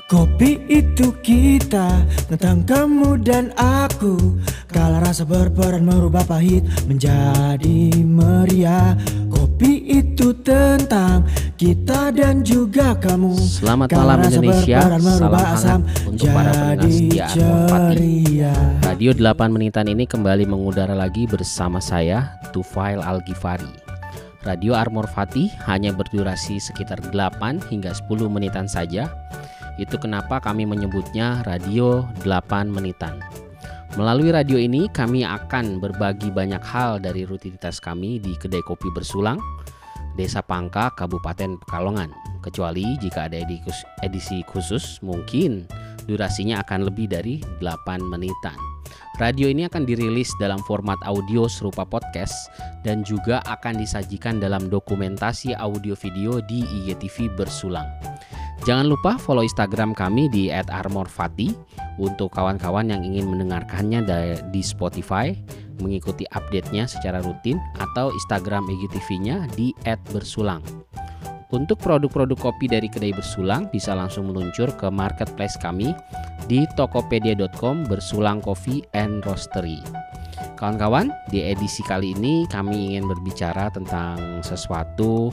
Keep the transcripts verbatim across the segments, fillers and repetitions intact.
Kopi itu kita, tentang kamu dan aku. Kala rasa berperan merubah pahit menjadi meriah. Kopi itu tentang kita dan juga kamu. Selamat malam Indonesia, salam hangat untuk para pendengar setia Armor Fati. Radio delapan Menitan ini kembali mengudara lagi bersama saya, Tufail Al-Ghifari. Radio Armor Fati hanya berdurasi sekitar delapan hingga sepuluh menitan saja. Itu kenapa kami menyebutnya Radio delapan Menitan. Melalui radio ini kami akan berbagi banyak hal dari rutinitas kami di Kedai Kopi Bersulang, Desa Pangka, Kabupaten Pekalongan. Kecuali jika ada edisi khusus, mungkin durasinya akan lebih dari delapan menitan. Radio ini akan dirilis dalam format audio serupa podcast dan juga akan disajikan dalam dokumentasi audio video di I G T V Bersulang. Jangan lupa follow Instagram kami di et armorfati untuk kawan-kawan yang ingin mendengarkannya di Spotify, mengikuti update-nya secara rutin, atau Instagram I G T V-nya di et bersulang. Untuk produk-produk kopi dari Kedai Bersulang bisa langsung meluncur ke marketplace kami di tokopedia dot com Bersulang Coffee and Roastery. Kawan-kawan, di edisi kali ini kami ingin berbicara tentang sesuatu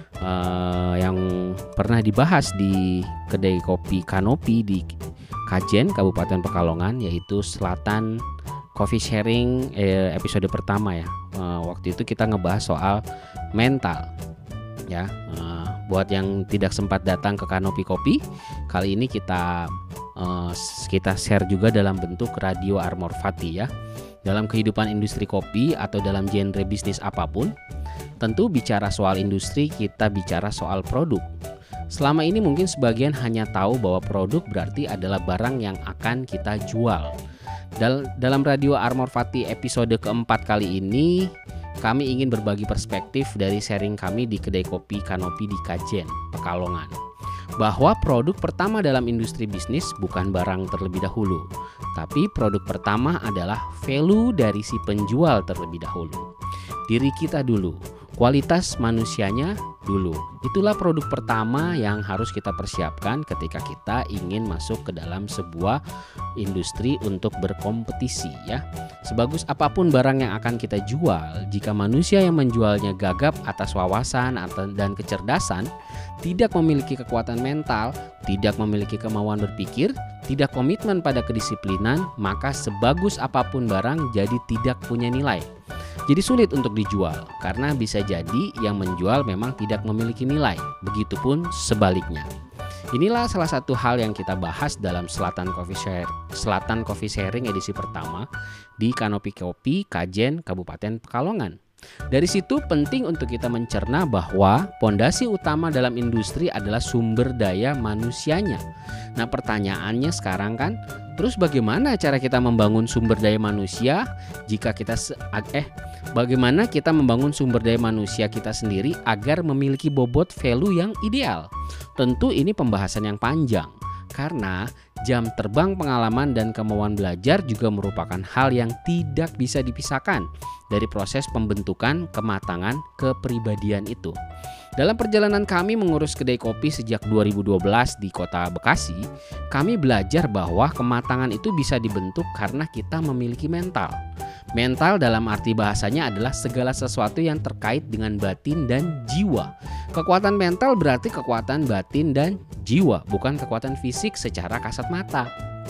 Uh, yang pernah dibahas di Kedai Kopi Kanopi di Kajen, Kabupaten Pekalongan, yaitu Selatan Coffee Sharing eh, episode pertama ya. Uh, waktu itu kita ngebahas soal mental ya. Uh, buat yang tidak sempat datang ke Kanopi Kopi, kali ini kita uh, kita share juga dalam bentuk Radio Armor Fati ya. Dalam kehidupan industri kopi atau dalam genre bisnis apapun, tentu bicara soal industri kita bicara soal produk. Selama ini mungkin sebagian hanya tahu bahwa produk berarti adalah barang yang akan kita jual. Dal- dalam Radio Armor Fati episode keempat kali ini, kami ingin berbagi perspektif dari sharing kami di Kedai Kopi Kanopi di Kajen, Pekalongan, bahwa produk pertama dalam industri bisnis bukan barang terlebih dahulu, tapi produk pertama adalah value dari si penjual terlebih dahulu. Diri kita dulu, kualitas manusianya dulu. Itulah produk pertama yang harus kita persiapkan ketika kita ingin masuk ke dalam sebuah industri untuk berkompetisi ya. Sebagus apapun barang yang akan kita jual, jika manusia yang menjualnya gagap atas wawasan dan kecerdasan, tidak memiliki kekuatan mental, tidak memiliki kemauan berpikir, tidak komitmen pada kedisiplinan, maka sebagus apapun barang jadi tidak punya nilai. Jadi sulit untuk dijual karena bisa jadi yang menjual memang tidak memiliki nilai. Begitupun sebaliknya. Inilah salah satu hal yang kita bahas dalam Selatan Coffee Share, Selatan Coffee Sharing edisi pertama di Kanopi Kopi Kajen, Kabupaten Pekalongan. Dari situ penting untuk kita mencerna bahwa pondasi utama dalam industri adalah sumber daya manusianya. Nah, pertanyaannya sekarang kan, terus bagaimana cara kita membangun sumber daya manusia jika kita se- eh bagaimana kita membangun sumber daya manusia kita sendiri agar memiliki bobot value yang ideal? Tentu ini pembahasan yang panjang. Karena jam terbang pengalaman dan kemauan belajar juga merupakan hal yang tidak bisa dipisahkan dari proses pembentukan kematangan kepribadian itu. Dalam perjalanan kami mengurus kedai kopi sejak dua ribu dua belas di Kota Bekasi, kami belajar bahwa kematangan itu bisa dibentuk karena kita memiliki mental. Mental dalam arti bahasanya adalah segala sesuatu yang terkait dengan batin dan jiwa. Kekuatan mental berarti kekuatan batin dan jiwa, bukan kekuatan fisik secara kasat mata.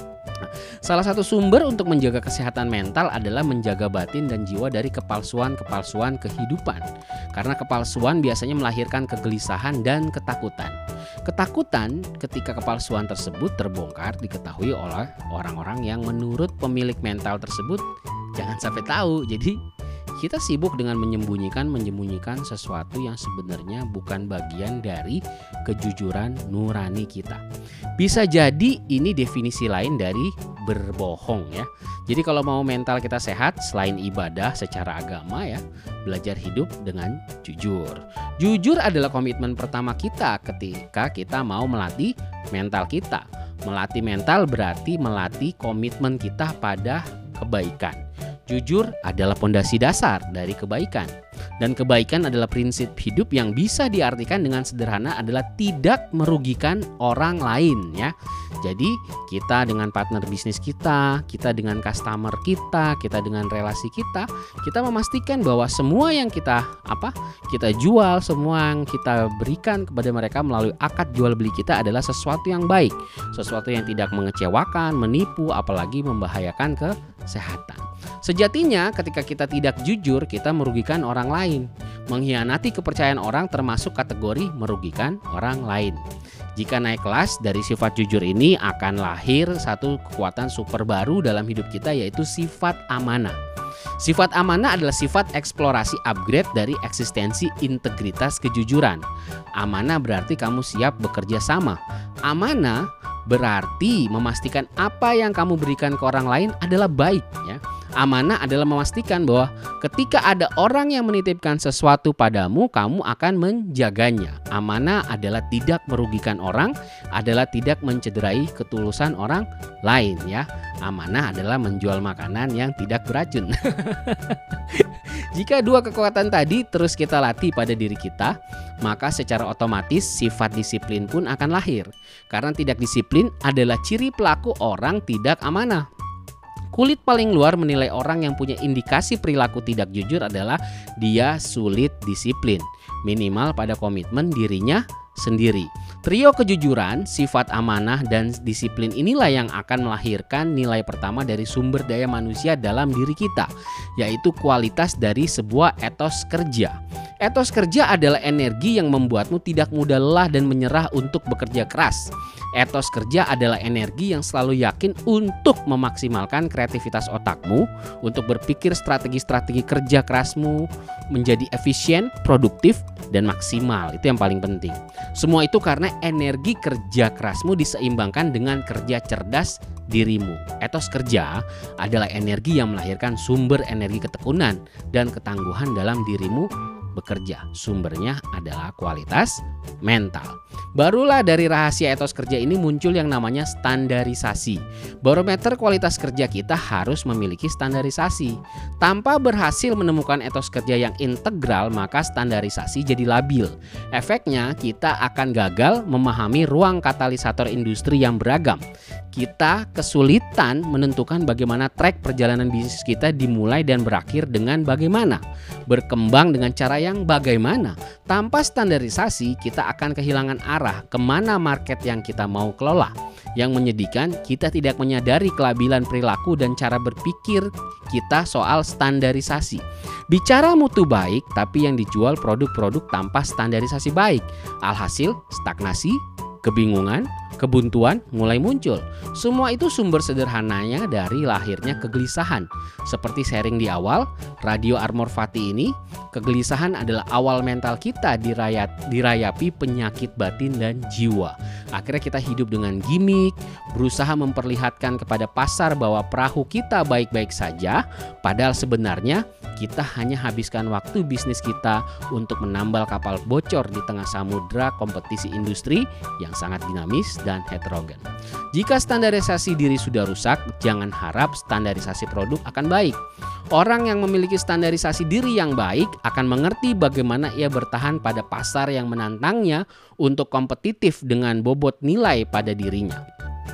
Salah satu sumber untuk menjaga kesehatan mental adalah menjaga batin dan jiwa dari kepalsuan-kepalsuan kehidupan. Karena kepalsuan biasanya melahirkan kegelisahan dan ketakutan. Ketakutan ketika kepalsuan tersebut terbongkar diketahui oleh orang-orang yang menurut pemilik mental tersebut jangan sampai tahu. Jadi kita sibuk dengan menyembunyikan-menyembunyikan sesuatu yang sebenarnya bukan bagian dari kejujuran nurani kita. Bisa jadi ini definisi lain dari berbohong ya. Jadi kalau mau mental kita sehat, selain ibadah secara agama ya, belajar hidup dengan jujur. Jujur adalah komitmen pertama kita ketika kita mau melatih mental kita. Melatih mental berarti melatih komitmen kita pada kebaikan. Jujur adalah pondasi dasar dari kebaikan. Dan kebaikan adalah prinsip hidup yang bisa diartikan dengan sederhana adalah tidak merugikan orang lain ya. Jadi kita dengan partner bisnis kita, kita dengan customer kita, kita dengan relasi kita, kita memastikan bahwa semua yang kita apa kita jual, semua yang kita berikan kepada mereka melalui akad jual beli kita adalah sesuatu yang baik, sesuatu yang tidak mengecewakan, menipu, apalagi membahayakan kesehatan. Sejatinya ketika kita tidak jujur, kita merugikan orang lain. Mengkhianati kepercayaan orang termasuk kategori merugikan orang lain. Jika naik kelas dari sifat jujur ini akan lahir satu kekuatan super baru dalam hidup kita, yaitu sifat amanah. Sifat amanah adalah sifat eksplorasi upgrade dari eksistensi integritas kejujuran. Amanah berarti kamu siap bekerja sama. Amanah berarti memastikan apa yang kamu berikan ke orang lain adalah baik, ya. Amanah adalah memastikan bahwa ketika ada orang yang menitipkan sesuatu padamu, kamu akan menjaganya. Amanah adalah tidak merugikan orang, adalah tidak mencederai ketulusan orang lain, ya. Amanah adalah menjual makanan yang tidak beracun. Jika dua kekuatan tadi terus kita latih pada diri kita, maka secara otomatis sifat disiplin pun akan lahir. Karena tidak disiplin adalah ciri pelaku orang tidak amanah. Kulit paling luar menilai orang yang punya indikasi perilaku tidak jujur adalah dia sulit disiplin, minimal pada komitmen dirinya sendiri. Trio kejujuran, sifat amanah, dan disiplin inilah yang akan melahirkan nilai pertama dari sumber daya manusia dalam diri kita, yaitu kualitas dari sebuah etos kerja. Etos kerja adalah energi yang membuatmu tidak mudah lelah dan menyerah untuk bekerja keras. Etos kerja adalah energi yang selalu yakin untuk memaksimalkan kreativitas otakmu, untuk berpikir strategi-strategi kerja kerasmu menjadi efisien, produktif, dan maksimal. Itu yang paling penting. Semua itu karena energi kerja kerasmu diseimbangkan dengan kerja cerdas dirimu. Etos kerja adalah energi yang melahirkan sumber energi ketekunan dan ketangguhan dalam dirimu bekerja. Sumbernya adalah kualitas mental. Barulah dari rahasia etos kerja ini muncul yang namanya standarisasi. Barometer kualitas kerja kita harus memiliki standarisasi. Tanpa berhasil menemukan etos kerja yang integral, maka standarisasi jadi labil. Efeknya kita akan gagal memahami ruang katalisator industri yang beragam. Kita kesulitan menentukan bagaimana track perjalanan bisnis kita dimulai dan berakhir dengan bagaimana, berkembang dengan cara yang bagaimana. Tanpa standarisasi kita akan kehilangan arah kemana market yang kita mau kelola. Yang menyedihkan, kita tidak menyadari kelabilan perilaku dan cara berpikir kita soal standarisasi. Bicara mutu baik, tapi yang dijual produk-produk tanpa standarisasi baik. Alhasil stagnasi, kebingungan, kebuntuan mulai muncul. Semua itu sumber sederhananya dari lahirnya kegelisahan. Seperti sharing di awal, Radio Armor Fati ini, kegelisahan adalah awal mental kita dirayat, dirayapi penyakit batin dan jiwa. Akhirnya kita hidup dengan gimmick, berusaha memperlihatkan kepada pasar bahwa perahu kita baik-baik saja, padahal sebenarnya kita hanya habiskan waktu bisnis kita untuk menambal kapal bocor di tengah samudera kompetisi industri yang sangat dinamis dan heterogen. Jika standarisasi diri sudah rusak, jangan harap standarisasi produk akan baik. Orang yang memiliki standarisasi diri yang baik akan mengerti bagaimana ia bertahan pada pasar yang menantangnya untuk kompetitif dengan bobot nilai pada dirinya.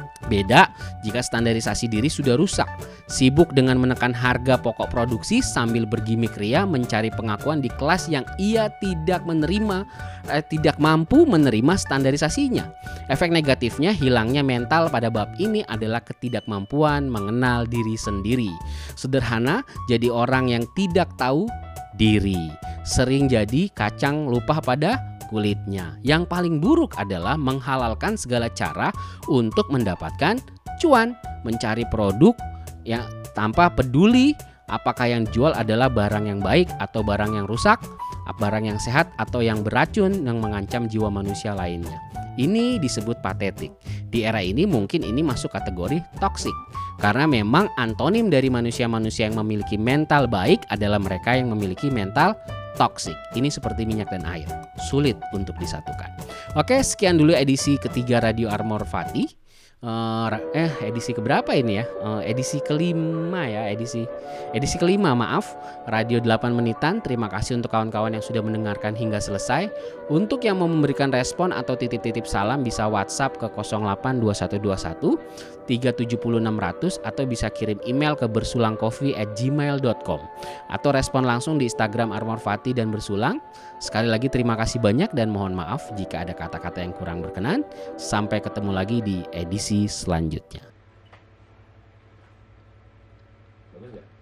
Beda jika standarisasi diri sudah rusak, sibuk dengan menekan harga pokok produksi sambil bergimik ria mencari pengakuan di kelas yang ia tidak menerima, eh, tidak mampu menerima standarisasinya. Efek negatifnya hilangnya mental pada bab ini adalah ketidakmampuan mengenal diri sendiri. Sederhana, jadi orang yang tidak tahu diri, sering jadi kacang lupa pada kulitnya. Yang paling buruk adalah menghalalkan segala cara untuk mendapatkan cuan, mencari produk yang tanpa peduli apakah yang dijual adalah barang yang baik atau barang yang rusak, barang yang sehat atau yang beracun yang mengancam jiwa manusia lainnya. Ini disebut patetik. Di era ini mungkin ini masuk kategori toksik. Karena memang antonim dari manusia-manusia yang memiliki mental baik adalah mereka yang memiliki mental toksik. Ini seperti minyak dan air, sulit untuk disatukan. Oke, sekian dulu edisi ketiga Radio Armor Fati. Uh, eh edisi keberapa ini ya? Uh, edisi kelima ya, edisi edisi kelima maaf. Radio delapan Menitan. Terima kasih untuk kawan-kawan yang sudah mendengarkan hingga selesai. Untuk yang mau memberikan respon atau titip-titip salam bisa WhatsApp ke nol delapan dua satu dua satu tiga tujuh enam nol nol atau bisa kirim email ke bersulangcoffee at gmail dot com atau respon langsung di Instagram Armor Fati dan Bersulang. Sekali lagi terima kasih banyak dan mohon maaf jika ada kata-kata yang kurang berkenan. Sampai ketemu lagi di edisi selanjutnya.